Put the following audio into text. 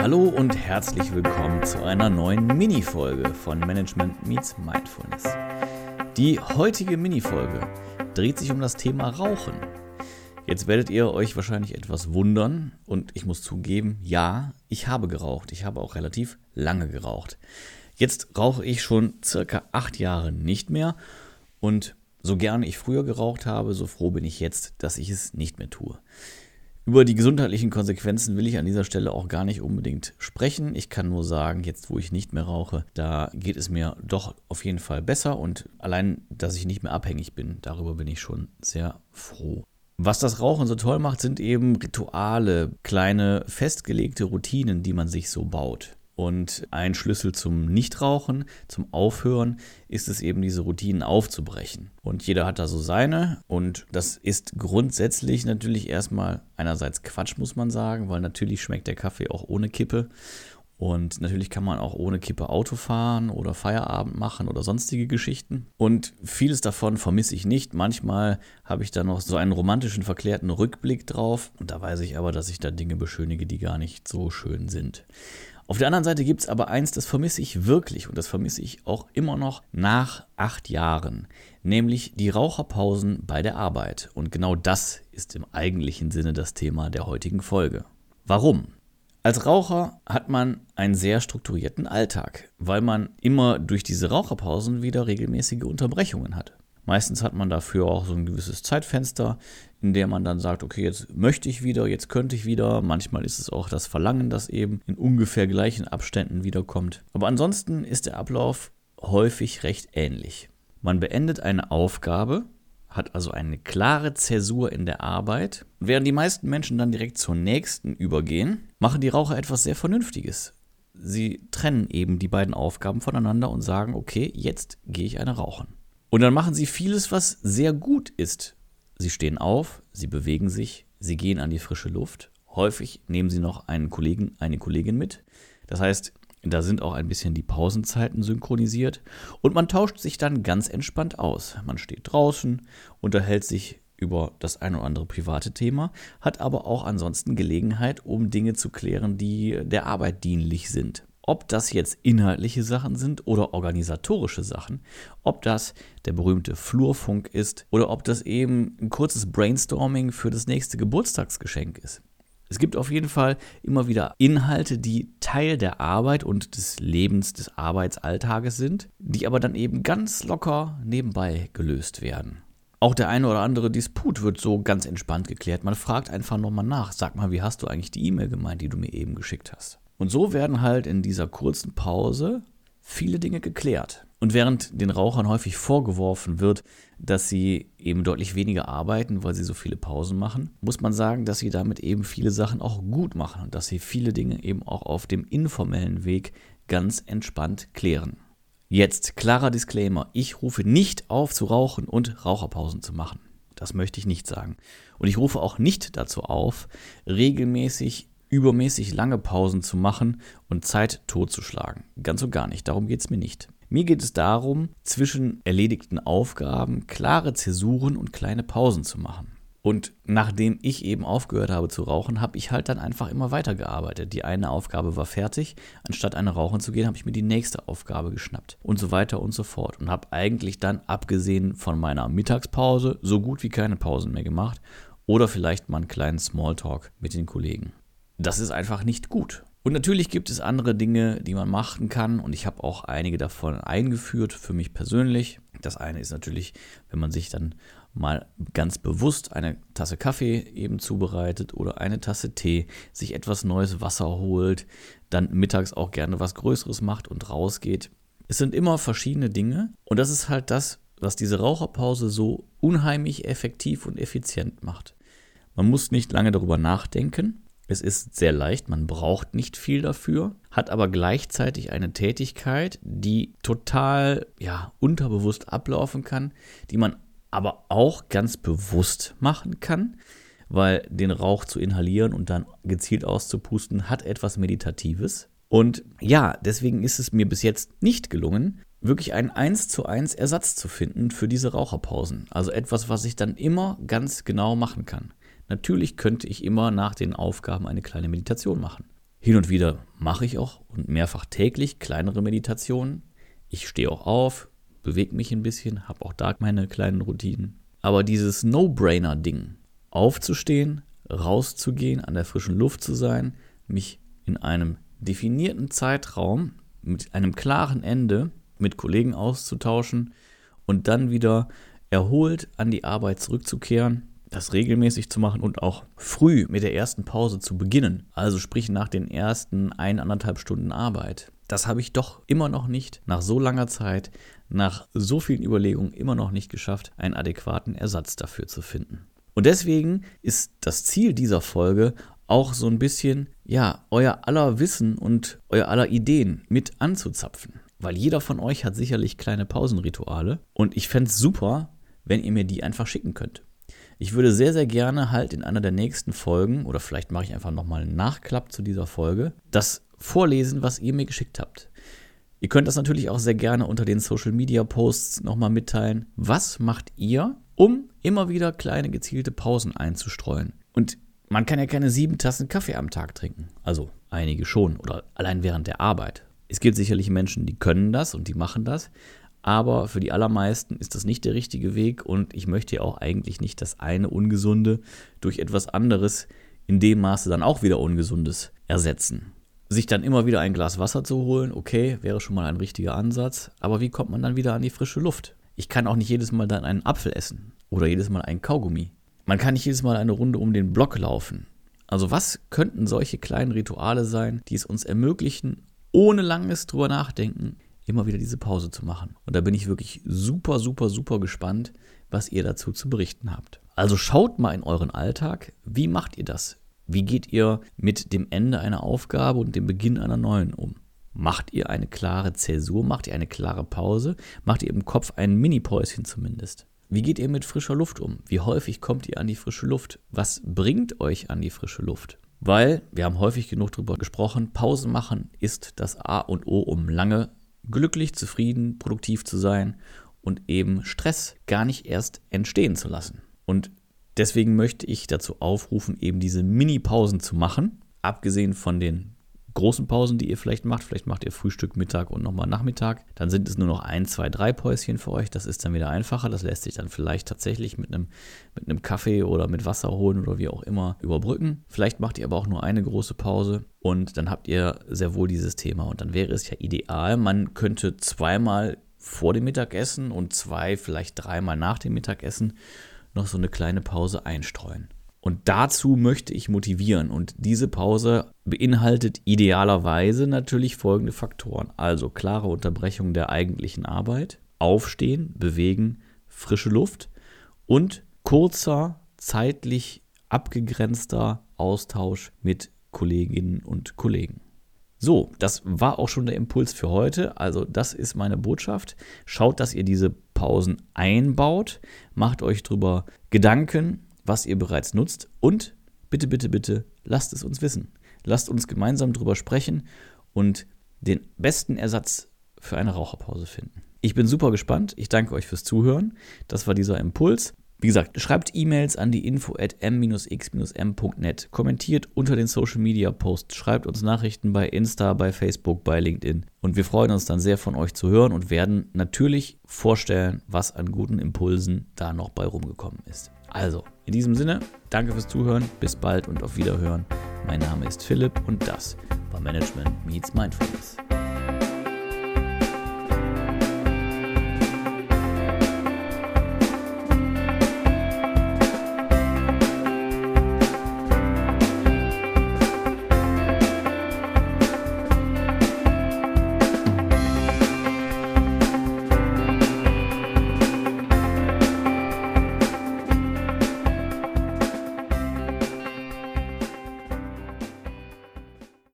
Hallo und herzlich willkommen zu einer neuen Mini-Folge von Management Meets Mindfulness. Die heutige Mini-Folge dreht sich um das Thema Rauchen. Jetzt werdet ihr euch wahrscheinlich etwas wundern und ich muss zugeben, ja, ich habe geraucht. Ich habe auch relativ lange geraucht. Jetzt rauche ich schon circa 8 Jahre nicht mehr und so gerne ich früher geraucht habe, so froh bin ich jetzt, dass ich es nicht mehr tue. Über die gesundheitlichen Konsequenzen will ich an dieser Stelle auch gar nicht unbedingt sprechen. Ich kann nur sagen, jetzt wo ich nicht mehr rauche, da geht es mir doch auf jeden Fall besser und allein, dass ich nicht mehr abhängig bin, darüber bin ich schon sehr froh. Was das Rauchen so toll macht, sind eben Rituale, kleine festgelegte Routinen, die man sich so baut. Und ein Schlüssel zum Nichtrauchen, zum Aufhören, ist es eben, diese Routinen aufzubrechen. Und jeder hat da so seine. Und das ist grundsätzlich natürlich erstmal einerseits Quatsch, muss man sagen, weil natürlich schmeckt der Kaffee auch ohne Kippe. Und natürlich kann man auch ohne Kippe Auto fahren oder Feierabend machen oder sonstige Geschichten. Und vieles davon vermisse ich nicht. Manchmal habe ich da noch so einen romantischen, verklärten Rückblick drauf. Und da weiß ich aber, dass ich da Dinge beschönige, die gar nicht so schön sind. Auf der anderen Seite gibt es aber eins, das vermisse ich wirklich und das vermisse ich auch immer noch nach 8 Jahren, nämlich die Raucherpausen bei der Arbeit. Und genau das ist im eigentlichen Sinne das Thema der heutigen Folge. Warum? Als Raucher hat man einen sehr strukturierten Alltag, weil man immer durch diese Raucherpausen wieder regelmäßige Unterbrechungen hat. Meistens hat man dafür auch so ein gewisses Zeitfenster, in dem man dann sagt, okay, jetzt möchte ich wieder, jetzt könnte ich wieder. Manchmal ist es auch das Verlangen, das eben in ungefähr gleichen Abständen wiederkommt. Aber ansonsten ist der Ablauf häufig recht ähnlich. Man beendet eine Aufgabe, hat also eine klare Zäsur in der Arbeit. Während die meisten Menschen dann direkt zur nächsten übergehen, machen die Raucher etwas sehr Vernünftiges. Sie trennen eben die beiden Aufgaben voneinander und sagen, okay, jetzt gehe ich eine rauchen. Und dann machen sie vieles, was sehr gut ist. Sie stehen auf, sie bewegen sich, sie gehen an die frische Luft. Häufig nehmen sie noch einen Kollegen, eine Kollegin mit. Das heißt, da sind auch ein bisschen die Pausenzeiten synchronisiert. Und man tauscht sich dann ganz entspannt aus. Man steht draußen, unterhält sich über das ein oder andere private Thema, hat aber auch ansonsten Gelegenheit, um Dinge zu klären, die der Arbeit dienlich sind. Ob das jetzt inhaltliche Sachen sind oder organisatorische Sachen, ob das der berühmte Flurfunk ist oder ob das eben ein kurzes Brainstorming für das nächste Geburtstagsgeschenk ist. Es gibt auf jeden Fall immer wieder Inhalte, die Teil der Arbeit und des Lebens, des Arbeitsalltages sind, die aber dann eben ganz locker nebenbei gelöst werden. Auch der eine oder andere Disput wird so ganz entspannt geklärt. Man fragt einfach nochmal nach. Sag mal, wie hast du eigentlich die E-Mail gemeint, die du mir eben geschickt hast? Und so werden halt in dieser kurzen Pause viele Dinge geklärt. Und während den Rauchern häufig vorgeworfen wird, dass sie eben deutlich weniger arbeiten, weil sie so viele Pausen machen, muss man sagen, dass sie damit eben viele Sachen auch gut machen und dass sie viele Dinge eben auch auf dem informellen Weg ganz entspannt klären. Jetzt, klarer Disclaimer, ich rufe nicht auf zu rauchen und Raucherpausen zu machen. Das möchte ich nicht sagen. Und ich rufe auch nicht dazu auf, regelmäßig übermäßig lange Pausen zu machen und Zeit totzuschlagen. Ganz und gar nicht, darum geht es mir nicht. Mir geht es darum, zwischen erledigten Aufgaben klare Zäsuren und kleine Pausen zu machen. Und nachdem ich eben aufgehört habe zu rauchen, habe ich halt dann einfach immer weitergearbeitet. Die eine Aufgabe war fertig, anstatt eine rauchen zu gehen, habe ich mir die nächste Aufgabe geschnappt und so weiter und so fort. Und habe eigentlich dann, abgesehen von meiner Mittagspause, so gut wie keine Pausen mehr gemacht oder vielleicht mal einen kleinen Smalltalk mit den Kollegen. Das ist einfach nicht gut. Und natürlich gibt es andere Dinge, die man machen kann und ich habe auch einige davon eingeführt für mich persönlich. Das eine ist natürlich, wenn man sich dann mal ganz bewusst eine Tasse Kaffee eben zubereitet oder eine Tasse Tee, sich etwas neues Wasser holt, dann mittags auch gerne was Größeres macht und rausgeht. Es sind immer verschiedene Dinge und das ist halt das, was diese Raucherpause so unheimlich effektiv und effizient macht. Man muss nicht lange darüber nachdenken. Es ist sehr leicht, man braucht nicht viel dafür, hat aber gleichzeitig eine Tätigkeit, die total unterbewusst ablaufen kann, die man aber auch ganz bewusst machen kann, weil den Rauch zu inhalieren und dann gezielt auszupusten hat etwas Meditatives. Und ja, deswegen ist es mir bis jetzt nicht gelungen, wirklich einen 1:1 Ersatz zu finden für diese Raucherpausen. Also etwas, was ich dann immer ganz genau machen kann. Natürlich könnte ich immer nach den Aufgaben eine kleine Meditation machen. Hin und wieder mache ich auch und mehrfach täglich kleinere Meditationen. Ich stehe auch auf, bewege mich ein bisschen, habe auch da meine kleinen Routinen. Aber dieses No-Brainer-Ding, aufzustehen, rauszugehen, an der frischen Luft zu sein, mich in einem definierten Zeitraum mit einem klaren Ende mit Kollegen auszutauschen und dann wieder erholt an die Arbeit zurückzukehren, das regelmäßig zu machen und auch früh mit der ersten Pause zu beginnen, also sprich nach den ersten 1,5 Stunden Arbeit. Das habe ich doch immer noch nicht, nach so langer Zeit, nach so vielen Überlegungen immer noch nicht geschafft, einen adäquaten Ersatz dafür zu finden. Und deswegen ist das Ziel dieser Folge auch so ein bisschen, euer aller Wissen und euer aller Ideen mit anzuzapfen. Weil jeder von euch hat sicherlich kleine Pausenrituale und ich fände es super, wenn ihr mir die einfach schicken könnt. Ich würde sehr, sehr gerne halt in einer der nächsten Folgen, oder vielleicht mache ich einfach nochmal einen Nachklapp zu dieser Folge, das vorlesen, was ihr mir geschickt habt. Ihr könnt das natürlich auch sehr gerne unter den Social-Media-Posts nochmal mitteilen. Was macht ihr, um immer wieder kleine gezielte Pausen einzustreuen? Und man kann ja keine 7 Tassen Kaffee am Tag trinken. Also einige schon oder allein während der Arbeit. Es gibt sicherlich Menschen, die können das und die machen das. Aber für die allermeisten ist das nicht der richtige Weg und ich möchte ja auch eigentlich nicht das eine Ungesunde durch etwas anderes in dem Maße dann auch wieder Ungesundes ersetzen. Sich dann immer wieder ein Glas Wasser zu holen, okay, wäre schon mal ein richtiger Ansatz. Aber wie kommt man dann wieder an die frische Luft? Ich kann auch nicht jedes Mal dann einen Apfel essen oder jedes Mal einen Kaugummi. Man kann nicht jedes Mal eine Runde um den Block laufen. Also was könnten solche kleinen Rituale sein, die es uns ermöglichen, ohne langes drüber nachdenken, immer wieder diese Pause zu machen? Und da bin ich wirklich super, super, super gespannt, was ihr dazu zu berichten habt. Also schaut mal in euren Alltag, wie macht ihr das? Wie geht ihr mit dem Ende einer Aufgabe und dem Beginn einer neuen um? Macht ihr eine klare Zäsur? Macht ihr eine klare Pause? Macht ihr im Kopf ein Mini-Päuschen zumindest? Wie geht ihr mit frischer Luft um? Wie häufig kommt ihr an die frische Luft? Was bringt euch an die frische Luft? Weil, wir haben häufig genug darüber gesprochen, Pausen machen ist das A und O, um lange glücklich, zufrieden, produktiv zu sein und eben Stress gar nicht erst entstehen zu lassen. Und deswegen möchte ich dazu aufrufen, eben diese Mini-Pausen zu machen, abgesehen von den großen Pausen, die ihr vielleicht macht ihr Frühstück, Mittag und nochmal Nachmittag, dann sind es nur noch 1, 2, 3 Päuschen für euch, das ist dann wieder einfacher, das lässt sich dann vielleicht tatsächlich mit einem Kaffee oder mit Wasser holen oder wie auch immer überbrücken. Vielleicht macht ihr aber auch nur eine große Pause und dann habt ihr sehr wohl dieses Thema und dann wäre es ja ideal, man könnte 2-mal vor dem Mittagessen und 2, vielleicht 3-mal nach dem Mittagessen noch so eine kleine Pause einstreuen. Und dazu möchte ich motivieren und diese Pause beinhaltet idealerweise natürlich folgende Faktoren. Also klare Unterbrechung der eigentlichen Arbeit, Aufstehen, Bewegen, frische Luft und kurzer, zeitlich abgegrenzter Austausch mit Kolleginnen und Kollegen. So, das war auch schon der Impuls für heute. Also das ist meine Botschaft. Schaut, dass ihr diese Pausen einbaut, macht euch drüber Gedanken, was ihr bereits nutzt und bitte, bitte, bitte lasst es uns wissen. Lasst uns gemeinsam drüber sprechen und den besten Ersatz für eine Raucherpause finden. Ich bin super gespannt. Ich danke euch fürs Zuhören. Das war dieser Impuls. Wie gesagt, schreibt E-Mails an die info@m-x-m.net, kommentiert unter den Social Media Posts, schreibt uns Nachrichten bei Insta, bei Facebook, bei LinkedIn und wir freuen uns dann sehr von euch zu hören und werden natürlich vorstellen, was an guten Impulsen da noch bei rumgekommen ist. Also, in diesem Sinne, danke fürs Zuhören, bis bald und auf Wiederhören. Mein Name ist Philipp und das war Management Meets Mindfulness.